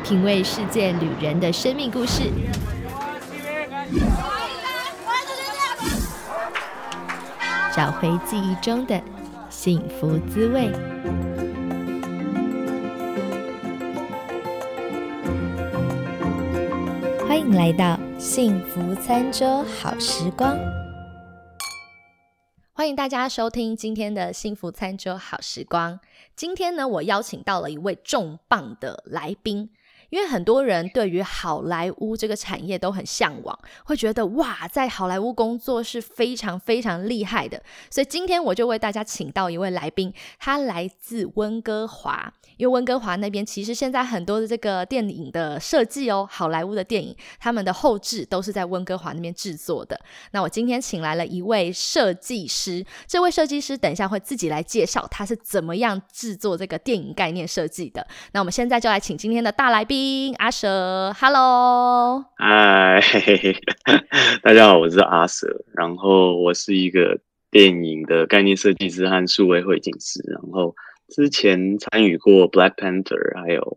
品味世界旅人的生命故事，找回记忆中的幸福滋味。欢迎来到幸福餐桌好时光，欢迎大家收听今天的幸福餐桌好时光。今天呢，我邀请到了一位重磅的来宾，因为很多人对于好莱坞这个产业都很向往，会觉得哇，在好莱坞工作是非常非常厉害的，所以今天我就为大家请到一位来宾，他来自温哥华。因为温哥华那边其实现在很多的这个电影的设计好莱坞的电影他们的后制都是在温哥华那边制作的。那我今天请来了一位设计师，这位设计师等一下会自己来介绍他是怎么样制作这个电影概念设计的。那我们现在就来请今天的大来宾阿蛇。 Hello， 嗨，大家好，我是阿蛇，然后我是一个电影的概念设计师和数位绘景师，然后之前参与过 Black Panther 还有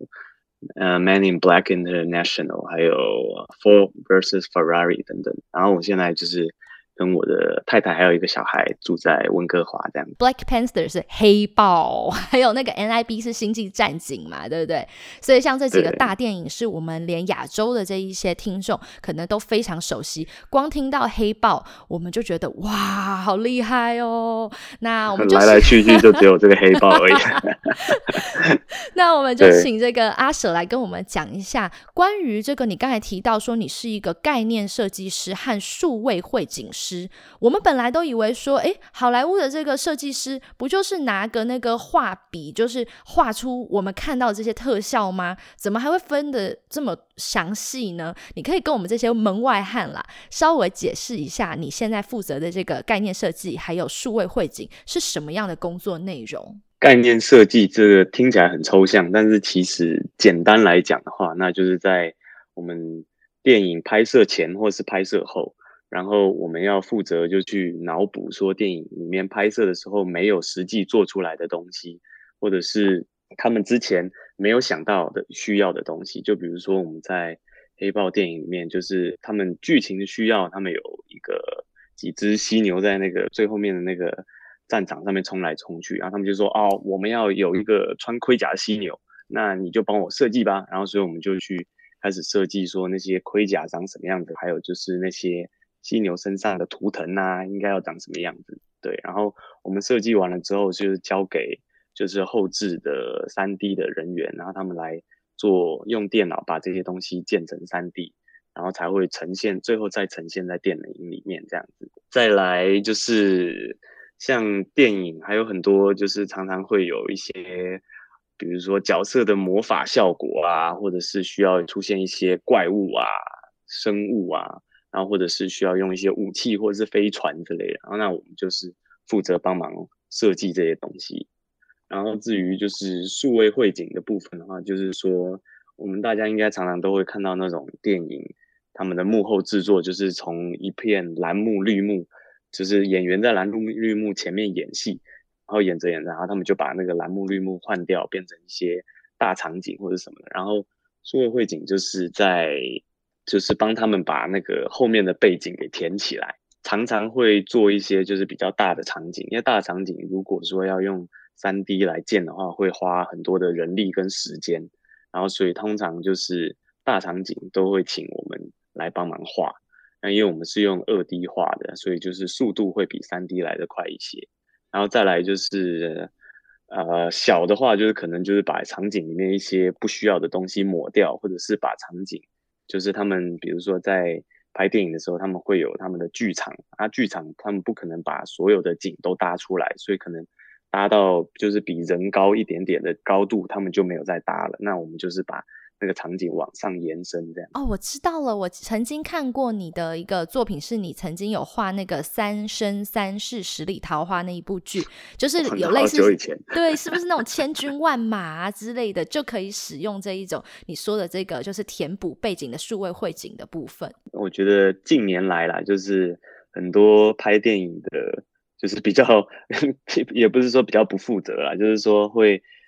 Man in Black International 还有 Ford vs Ferrari 等等，然后我现在就是跟我的太太还有一个小孩住在温哥华这样。 Black Panther 是黑豹，还有那个 NIB 是星际战警嘛，对不对？所以像这几个大电影是我们连亚洲的这一些听众可能都非常熟悉，光听到黑豹我们就觉得哇好厉害哦。那我们就来来去去就只有这个黑豹而已那我们就请这个阿舍来跟我们讲一下关于这个你刚才提到说你是一个概念设计师和数位绘景师。我们本来都以为说好莱坞的这个设计师不就是拿个那个画笔就是画出我们看到的这些特效吗？怎么还会分得这么详细呢？你可以跟我们这些门外汉啦稍微解释一下你现在负责的这个概念设计还有数位绘景是什么样的工作内容。 概念设计这个听起来很抽象，但是其实简单来讲的话，那就是在我们电影拍摄前或是拍摄后，然后我们要负责就去脑补说电影里面拍摄的时候没有实际做出来的东西，或者是他们之前没有想到的需要的东西。就比如说我们在黑豹电影里面，就是他们剧情的需要，他们有几只犀牛在那个最后面的那个战场上面冲来冲去，然后他们就说我们要有一个穿盔甲的犀牛，那你就帮我设计吧。然后所以我们就去开始设计说那些盔甲长什么样子，还有就是那些犀牛身上的图腾啊应该要长什么样子。对，然后我们设计完了之后就是交给就是后制的 3D 的人员，然后他们来做用电脑把这些东西建成 3D，然后才会最后再呈现在电影里面这样子。再来就是像电影还有很多就是常常会有一些比如说角色的魔法效果啊，或者是需要出现一些怪物啊生物啊，然后或者是需要用一些武器或者是飞船之类的，然后那我们就是负责帮忙设计这些东西。然后至于就是数位绘景的部分的话，就是说我们大家应该常常都会看到那种电影他们的幕后制作，就是从一片蓝幕绿幕，就是演员在蓝幕绿幕前面演戏，然后演着演着，然后他们就把那个蓝幕绿幕换掉，变成一些大场景或者什么的。然后数位绘景就是帮他们把那个后面的背景给填起来，常常会做一些就是比较大的场景，因为大的场景如果说要用 3D 来建的话，会花很多的人力跟时间，然后所以通常就是大场景都会请我们来帮忙画。那因为我们是用2D 画的，所以就是速度会比 3D 来得快一些。然后再来就是小的话就是可能就是把场景里面一些不需要的东西抹掉，或者是把场景就是他们比如说在拍电影的时候他们会有他们的剧场剧场他们不可能把所有的景都搭出来，所以可能搭到就是比人高一点点的高度他们就没有再搭了，那我们就是把那个场景往上延伸这样。 我知道了，我曾经看过你的一个作品，是你曾经有画那个三生三世十里桃花那一部剧，就是有类似好久以前对，是不是那种千军万马之类的就可以使用这一种你说的这个就是填补背景的数位绘景的部分。 我觉得近年来啦，就是很多拍电影的就是比较也不是说比较不负责啦，就是说会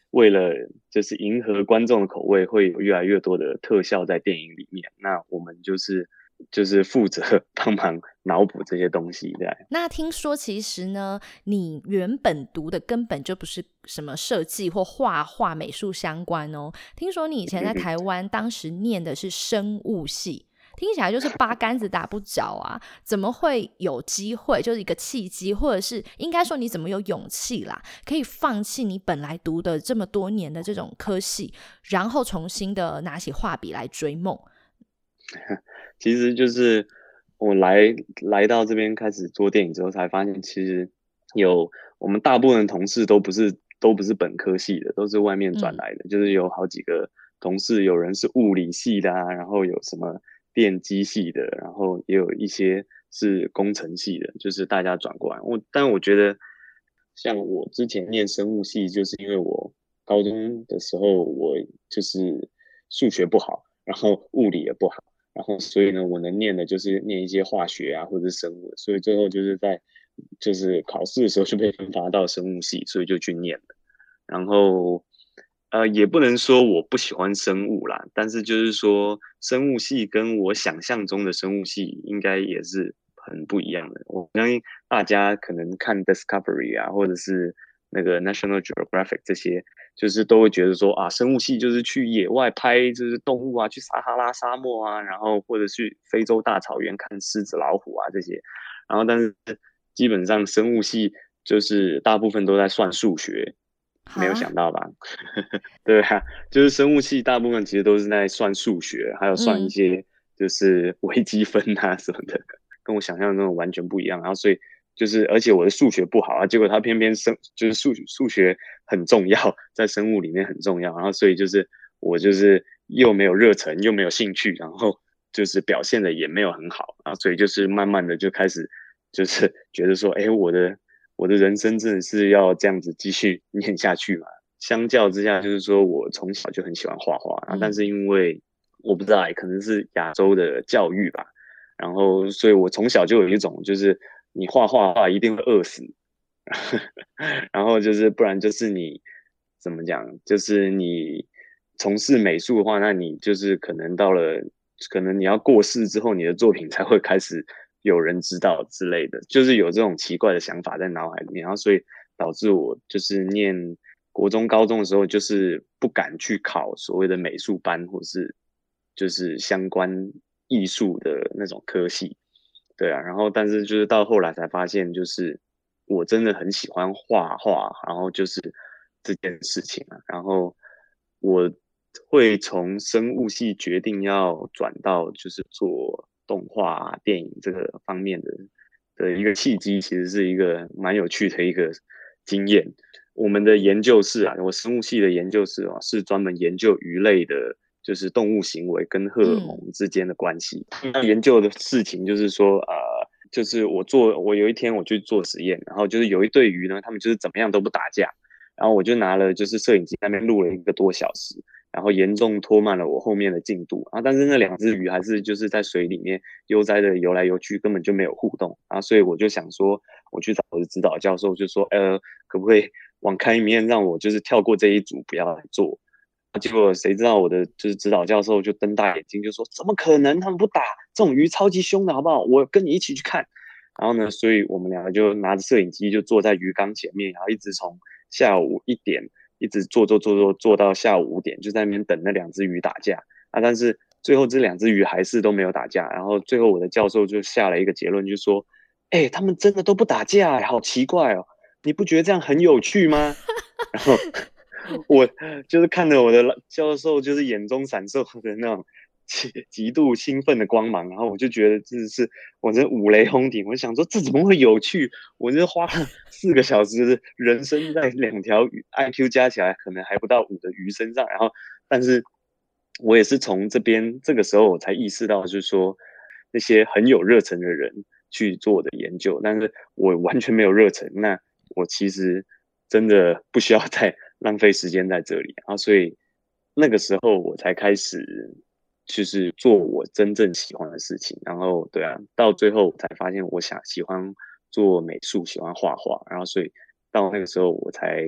为了就是迎合观众的口味，会有越来越多的特效在电影里面。那我们就是负责帮忙脑补这些东西，对。 那听说其实呢，你原本读的根本就不是什么设计或画画美术相关哦。听说你以前在台湾当时念的是生物系，听起来就是八竿子打不着啊！怎么会有机会，就是一个契机，或者是应该说你怎么有勇气啦，可以放弃你本来读的这么多年的这种科系，然后重新的拿起画笔来追梦？ 其实就是我来到这边开始做电影之后，才发现其实我们大部分同事都不是本科系的，都是外面转来的。就是有好几个同事，有人是物理系的啊，然后有什么电机系的，然后也有一些是工程系的，就是大家转过来。但我觉得，像我之前念生物系，就是因为我高中的时候我就是数学不好，然后物理也不好。然后所以呢，我能念的就是念一些化学啊或者生物的，所以最后就是考试的时候就被分发到生物系，所以就去念了。然后也不能说我不喜欢生物啦，但是就是说生物系跟我想象中的生物系应该也是很不一样的。我相信大家可能看 Discovery 啊，或者是那个 National Geographic 这些，就是都会觉得说啊，生物系就是去野外拍就是动物啊，去撒哈拉沙漠啊，然后或者去非洲大草原看狮子、老虎啊这些。然后但是基本上生物系就是大部分都在算数学，没有想到吧？对啊，就是生物系大部分其实都是在算数学，还有算一些就是微积分啊什么的，跟我想象的那种完全不一样。然后所以就是而且我的数学不好啊，结果他偏偏就是数学很重要，在生物里面很重要。然后所以就是我就是又没有热忱，又没有兴趣，然后就是表现的也没有很好。然后所以就是慢慢的就开始就是觉得说，哎，我的人生真的是要这样子继续念下去嘛？相较之下，就是说我从小就很喜欢画画啊，但是因为我不知道，可能是亚洲的教育吧，然后所以我从小就有一种就是你画画的话一定会饿死，然后就是不然就是你怎么讲，就是你从事美术的话，那你就是可能到了可能你要过世之后，你的作品才会开始有人知道之类的，就是有这种奇怪的想法在脑海里面，然后所以导致我就是念国中、高中的时候，就是不敢去考所谓的美术班，或是就是相关艺术的那种科系。对啊，然后但是就是到后来才发现，就是我真的很喜欢画画，然后就是这件事情啊，然后我会从生物系决定要转到就是做动画啊、电影这个方面的一个契机，其实是一个蛮有趣的一个经验。我们的研究室啊，我生物系的研究室啊，是专门研究鱼类的，就是动物行为跟荷尔蒙之间的关系。研究的事情就是说，就是我有一天我去做实验，然后就是有一对鱼呢，他们就是怎么样都不打架，然后我就拿了就是摄影机那边录了1个多小时，然后严重拖慢了我后面的进度啊。但是那2只鱼还是就是在水里面悠哉的游来游去，根本就没有互动啊。所以我就想说，我去找我的指导教授，就说可不可以网开一面，让我就是跳过这一组，不要来做。结果谁知道我的就是指导教授就瞪大眼睛就说：“怎么可能？他们不打，这种鱼超级凶的，好不好？我跟你一起去看。”然后呢，所以我们两个就拿着摄影机就坐在鱼缸前面，然后一直从下午1点一直做到下午5点，就在那边等那2只鱼打架啊。但是最后这2只鱼还是都没有打架，然后最后我的教授就下了一个结论，就说：“哎，他们真的都不打架，好奇怪哦！你不觉得这样很有趣吗？”然后我就是看着我的教授，就是眼中闪烁的那种极度兴奋的光芒，然后我就觉得真的是我这五雷轰顶，我想说这怎么会有趣？我这花了4个小时的人生在2条鱼 IQ 加起来可能还不到5的鱼身上，然后但是我也是从这个时候我才意识到，就是说那些很有热忱的人去做的研究，但是我完全没有热忱，那我其实真的不需要再浪费时间在这里，然后所以那个时候我才开始就是做我真正喜欢的事情，然后对啊，到最后我才发现我喜欢做美术，喜欢画画，然后所以到那个时候我才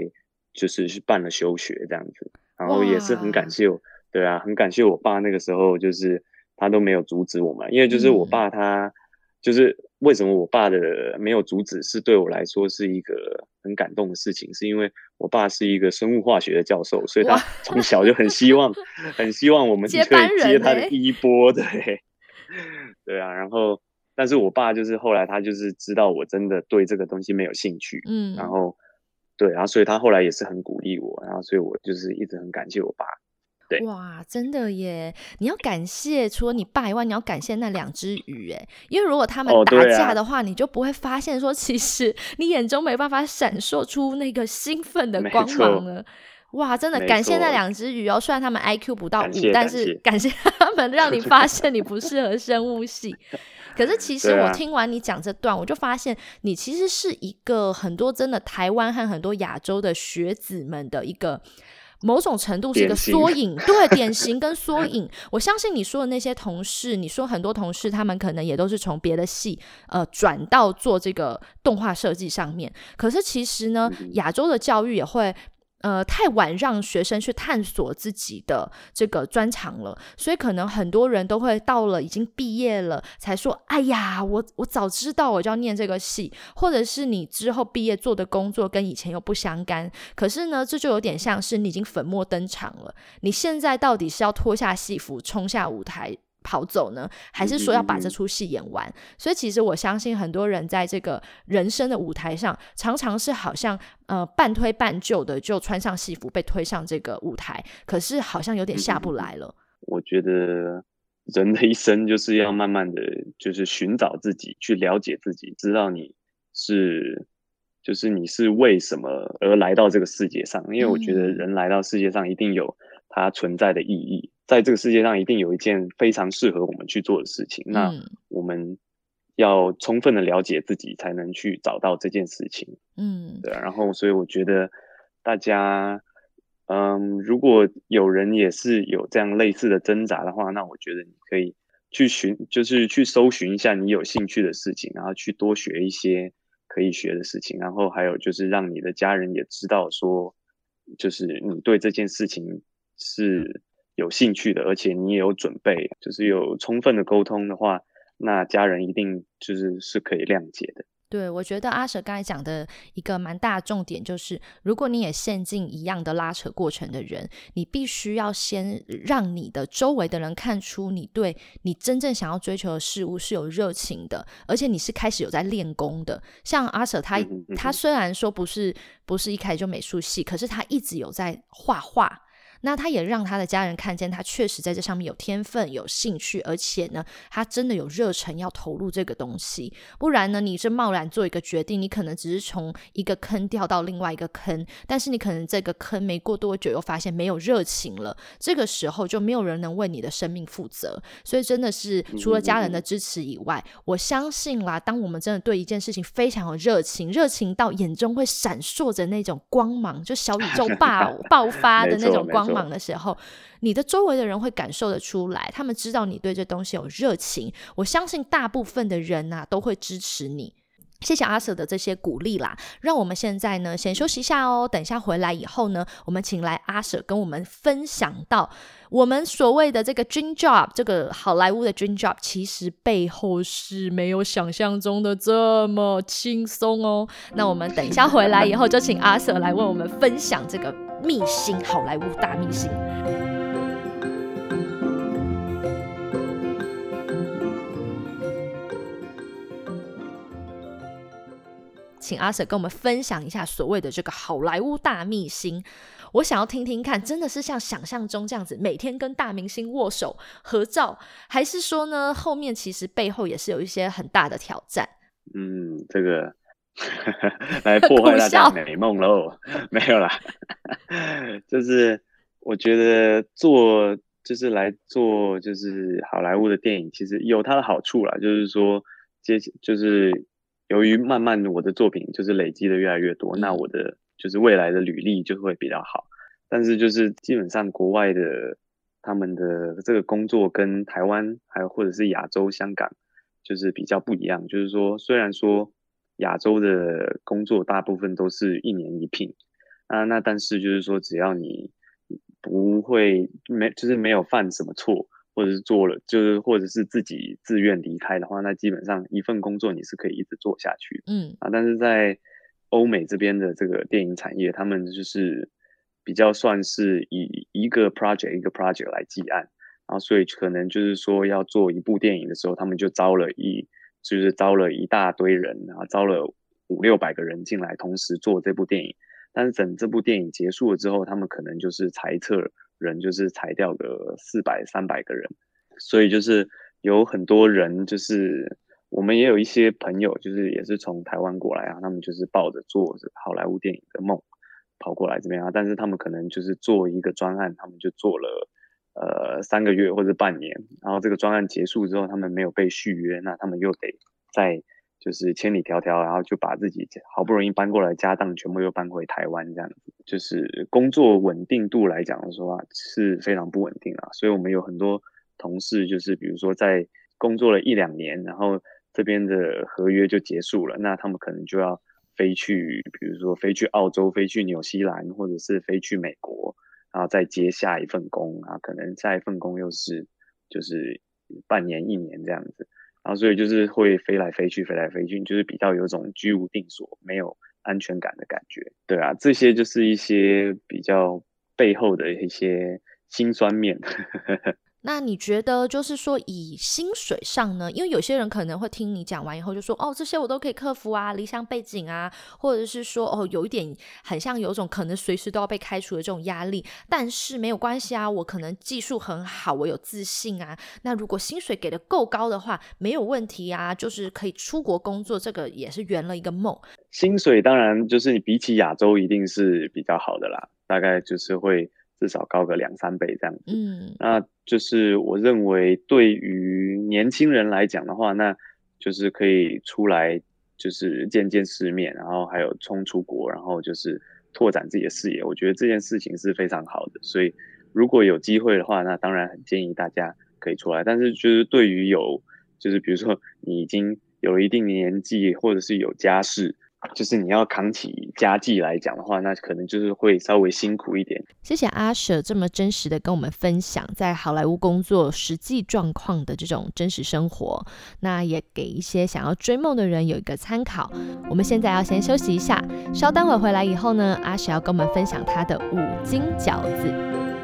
就是去办了休学这样子，然后也是很感哇， 谢我，对啊，很感谢我爸那个时候就是他都没有阻止我们，因为就是我嗯， 爸他就是为什么我爸的没有阻止是对我来说是一个很感动的事情，是因为我爸是一个生物化学的教授，所以哇， 他从小就很希望我们接可以班人呢？ 接他的衣钵，对。对啊，然后但是我爸就是后来他就是知道我真的对这个东西没有兴趣，然嗯。 后对，然后所以他后来也是很鼓励我，然后所以我就是一直很感谢我爸。对， 哇，真的耶！你要感谢除了你爸以外，你要感谢那两只鱼诶，因为如果他们哦， 打对啊， 架的话，你就不会发现说，其实你眼中没办法闪烁出那个兴奋的没光芒错， 了。哇，真的没感谢那错， 两只鱼哦！虽然他们 IQ 不到五， 感谢但感谢， 是感谢他们让你发现你不适合生物系。可是其实对啊， 我听完你讲这段，我就发现你其实是一个很多真的台湾和很多亚洲的学子们的一个某种程度是一个典型， 缩影，对，典型跟缩影。我相信你说的那些同事，你说很多同事他们可能也都是从别的系转到做这个动画设计上面，可是其实呢， 嗯哼， 亚洲的教育也会太晚让学生去探索自己的这个专长了，所以可能很多人都会到了已经毕业了才说，哎呀，我早知道我就要念这个系，或者是你之后毕业做的工作跟以前又不相干，可是呢，这就有点像是你已经粉墨登场了，你现在到底是要脱下戏服冲下舞台跑走呢，还嗯是说要把这哼嗯哼， 出戏演完？所以其实我相信很多人在这个人生的舞台上，常常是好像半推半就的就穿上戏服被推上这个舞台，可是好像有点下嗯哼嗯哼， 不来了。 我觉得人的一生就是要慢慢的就是寻找自己，去了解自己，知道你是就是你是为什么而来到这个世界上，因为我觉得嗯人来到世界上一定有它存在的意义，在这个世界上一定有一件非常适合我们去做的事情，那嗯我们要充分的了解自己，才能去找到这件事情。 嗯对啊，然后所以我觉得大家，如果有人也是有这样类似的挣扎的话，那我觉得你可以就是去搜寻一下你有兴趣的事情，然后去多学一些可以学的事情，然后还有就是让你的家人也知道说，就是你对这件事情是有兴趣的，而且你也有准备，就是有充分的沟通的话，那家人一定是可以谅解的。 对，我觉得阿舍刚才讲的一个蛮大的重点就是，如果你也陷进一样的拉扯过程的人，你必须要先让你的周围的人看出你对你真正想要追求的事物是有热情的，而且你是开始有在练功的。像阿舍他嗯哼嗯哼他虽然说不是一开始就美术系，可是他一直有在画画。那他也让他的家人看见他确实在这上面有天分、有兴趣，而且呢，他真的有热忱要投入这个东西。不然呢，你是贸然做一个决定，你可能只是从一个坑掉到另外一个坑，但是你可能这个坑没过多久又发现没有热情了，这个时候就没有人能为你的生命负责。所以真的是嗯除了哼嗯哼家人的支持以外，我相信啦，当我们真的对一件事情非常有热情，热情到眼中会闪烁着那种光芒，就小宇宙爆发没的那种光错没错， 芒的时候，你的周围的人会感受得出来，他们知道你对这东西有热情。我相信大部分的人啊都会支持你。谢谢阿 Sir 的这些鼓励啦，让我们现在呢先休息一下哦。等一下回来以后呢，我们请来阿 Sir 跟我们分享到我们所谓的这个 dream job， 这个好莱坞的 dream job， 其实背后是没有想象中的这么轻松哦。那我们等一下回来以后，就请阿 Sir 来为我们分享这个秘辛，好莱坞大秘辛。请阿 Sir 跟我们分享一下所谓的这个好莱坞大秘辛。我想要听听看，真的是像想象中这样子，每天跟大明星握手合照，还是说呢，后面其实背后也是有一些很大的挑战？ 这个来破坏大家苦笑。 的美梦喽，没有啦，就是我觉得就是来做就是好莱坞的电影，其实有它的好处啦，就是说就是由于慢慢的我的作品就是累积的越来越多，那我的就是未来的履历就会比较好。但是就是基本上国外的他们的这个工作跟台湾还有或者是亚洲、香港就是比较不一样，就是说虽然说亚洲的工作大部分都是一年一聘， 那但是就是说，只要你不会就是没有犯什么错，或者是做了就是或者是自己自愿离开的话，那基本上一份工作你是可以一直做下去的。但是在欧美这边的这个电影产业，他们就是比较算是以一个 project 一个 project 来计案，然后所以可能就是说要做一部电影的时候，他们就招了一大堆人，然后招了500-600个人进来同时做这部电影。但是等这部电影结束了之后，他们可能就是裁撤人，就是裁掉个400-300个人，所以就是有很多人，就是我们也有一些朋友，就是也是从台湾过来啊，他们就是抱着做好莱坞电影的梦跑过来这边啊，但是他们可能就是做一个专案，他们就做了3个月或者半年，然后这个专案结束之后，他们没有被续约，那他们又得再就是千里迢迢，然后就把自己好不容易搬过来家当全部又搬回台湾，这样子，就是工作稳定度来讲的话是非常不稳定啊。所以我们有很多同事，就是比如说在工作了1-2年，然后这边的合约就结束了，那他们可能就要飞去，比如说飞去澳洲、飞去纽西兰，或者是飞去美国，然后再接下一份工啊，可能下一份工又是就是半年、1年这样子。然后所以就是会飞来飞去，飞来飞去，就是比较有种居无定所、没有安全感的感觉。对啊，这些就是一些比较背后的一些辛酸面。 那你觉得就是说以薪水上呢，因为有些人可能会听你讲完以后就说这些我都可以克服啊，理想背景啊，或者是说有一点很像有种可能随时都要被开除的这种压力，但是没有关系啊，我可能技术很好，我有自信啊，那如果薪水给的够高的话没有问题啊，就是可以出国工作，这个也是圆了一个梦。 薪水当然就是你比起亚洲一定是比较好的啦，大概就是会至少高个2-3倍这样子。那就是我认为对于年轻人来讲的话，那就是可以出来就是见见世面，然后还有冲出国，然后就是拓展自己的视野。我觉得这件事情是非常好的，所以如果有机会的话，那当然很建议大家可以出来。但是就是对于就是比如说你已经有一定年纪，或者是有家室，就是你要扛起家计来讲的话，那可能就是会稍微辛苦一点。 谢谢阿舍这么真实的跟我们分享在好莱坞工作实际状况的这种真实生活，那也给一些想要追梦的人有一个参考。我们现在要先休息一下，稍待会回来以后呢，阿舍要跟我们分享他的5金饺子。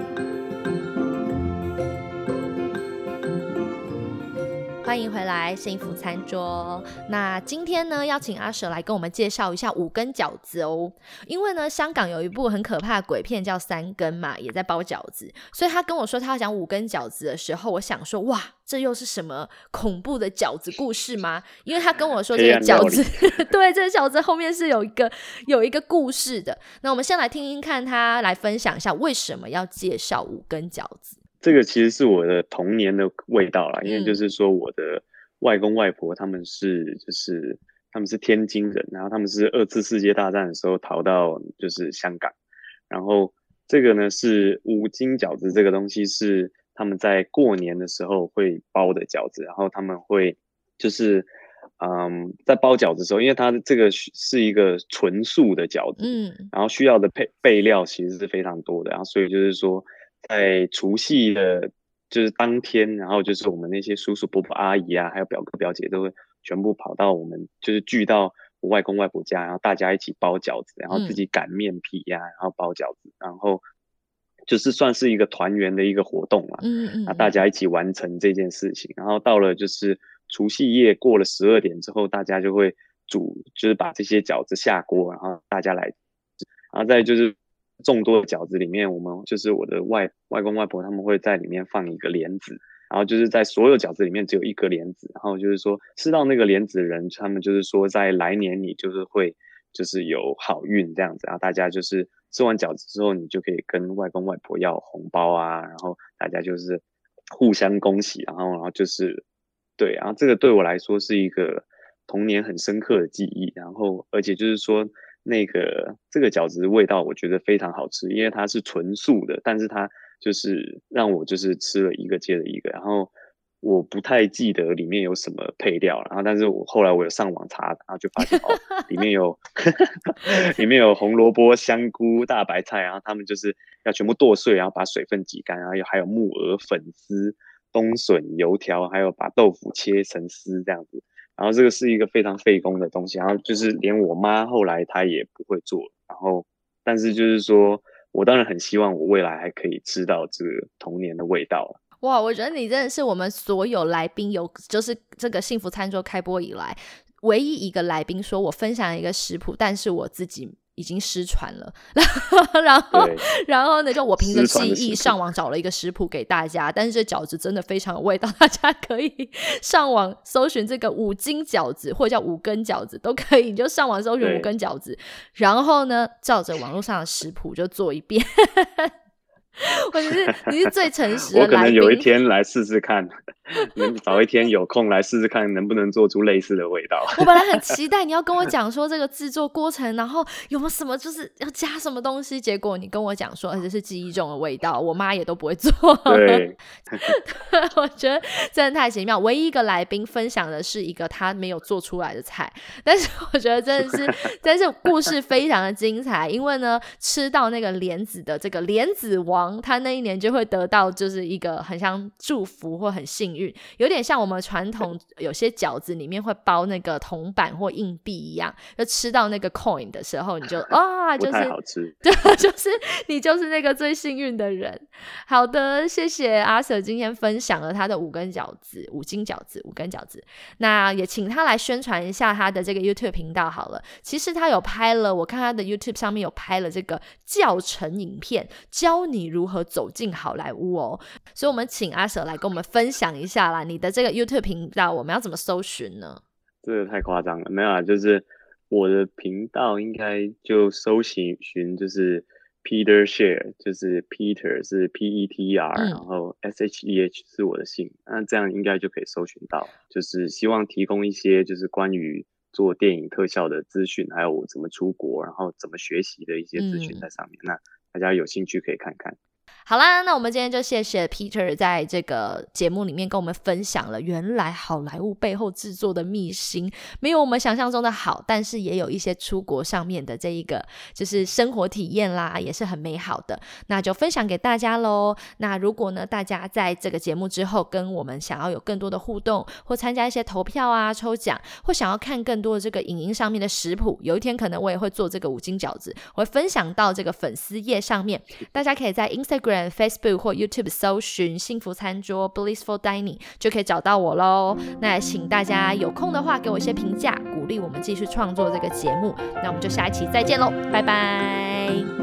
欢迎回来幸福餐桌。那今天呢，要请阿舍来跟我们介绍一下5根饺子哦。因为呢，香港有一部很可怕的鬼片叫3根嘛，也在包饺子，所以他跟我说他要讲5根饺子的时候，我想说哇，这又是什么恐怖的饺子故事吗？因为他跟我说这个饺子对，这个饺子后面是有一个故事的。那我们先来听听看他来分享一下为什么要介绍5根饺子。 这个其实是我的童年的味道啦，因为就是说我的外公外婆他们是天津人，然后他们是2次世界大战的时候逃到就是香港，然后这个呢是5金饺子，这个东西是他们在过年的时候会包的饺子，然后他们会就是在包饺子的时候，因为它这个是一个纯素的饺子，然后需要的备料其实是非常多的，然后所以就是说在除夕的就是当天，然后就是我们那些叔叔伯伯阿姨啊，还有表哥表姐都会全部跑到我们就是聚到我外公外婆家，然后大家一起包饺子，然后自己擀面皮呀，然后包饺子，然后就是算是一个团圆的一个活动嘛，那大家一起完成这件事情，然后到了就是除夕夜过了12点之后，大家就会就是把这些饺子下锅，然后大家来，然后再就是众多的饺子里面，我们就是我的外公外婆他们会在里面放一个莲子，然后就是在所有饺子里面只有一个莲子，然后就是说吃到那个莲子的人，他们就是说在来年你就是会就是有好运这样子，然后大家就是吃完饺子之后，你就可以跟外公外婆要红包啊，然后大家就是互相恭喜，然后就是对，然后这个对我来说是一个童年很深刻的记忆，然后而且就是说这个饺子的味道我觉得非常好吃，因为它是纯素的，但是它就是让我就是吃了一个接着一个，然后我不太记得里面有什么配料，然后但是后来我有上网查，然后就发现里面有里面有红萝卜、香菇、大白菜，然后他们就是要全部剁碎，然后把水分挤干，然后还有木耳粉丝、冬笋、油条，还有把豆腐切成丝这样子。然后这个是一个非常费工的东西，然后就是连我妈后来她也不会做，然后但是就是说我当然很希望我未来还可以吃到这个童年的味道。 哇，我觉得你真的是我们所有来宾就是这个幸福餐桌开播以来唯一一个来宾说我分享一个食谱，但是我自己已经失传了然后呢就我凭着记忆上网找了一个食谱给大家，但是这饺子真的非常有味道，大家可以上网搜寻这个5斤饺子或者叫5根饺子都可以，你就上网搜寻5根饺子，然后呢照着网络上的食谱就做一遍我觉得你是最诚实的来宾， 我可能有一天来试试看找一天有空来试试看能不能做出类似的味道。 我本来很期待你要跟我讲说这个制作过程，然后有没有什么就是要加什么东西，结果你跟我讲说这是记忆中的味道，我妈也都不会做。 对我觉得真的太奇妙，唯一一个来宾分享的是一个他没有做出来的菜，但是我觉得真的是故事非常的精彩，因为呢吃到那个莲子的这个莲子王，他那一年就会得到就是一个很像祝福或很幸运，有点像我们传统有些饺子里面会包那个铜板或硬币一样，就吃到那个 coin 的时候你就就是不太好吃对，就是你就是那个最幸运的人。好的，谢谢阿 Sir 今天分享了他的5斤饺子，那也请他来宣传一下他的这个 YouTube 频道好了。其实他有拍了，我看他的 YouTube 上面有拍了这个教程影片，教你如何走进好莱坞哦。所以我们请阿 Sir 来跟我们分享一下啦，你的这个 YouTube 频道我们要怎么搜寻呢？ 这个太夸张了，没有啊，就是我的频道应该就搜寻就是 Peter Share， 就是 Peter 是 PETR，然后 SHEH 是我的姓，那这样应该就可以搜寻到，就是希望提供一些就是关于做电影特效的资讯，还有我怎么出国，然后怎么学习的一些资讯在上面，那大家有兴趣可以看看。 好啦，那我们今天就谢谢 Peter 在这个节目里面跟我们分享了原来好莱坞背后制作的秘辛，没有我们想象中的好，但是也有一些出国上面的这一个就是生活体验啦，也是很美好的，那就分享给大家咯。那如果呢大家在这个节目之后跟我们想要有更多的互动，或参加一些投票啊抽奖，或想要看更多的这个影音上面的食谱，有一天可能我也会做这个5斤饺子，我会分享到这个粉丝页上面，大家可以在 Instagram、Facebook 或 YouTube 搜寻幸福餐桌 Blissful Dining 就可以找到我咯。那也请大家有空的话给我一些评价，鼓励我们继续创作这个节目。那我们就下一期再见咯，拜拜。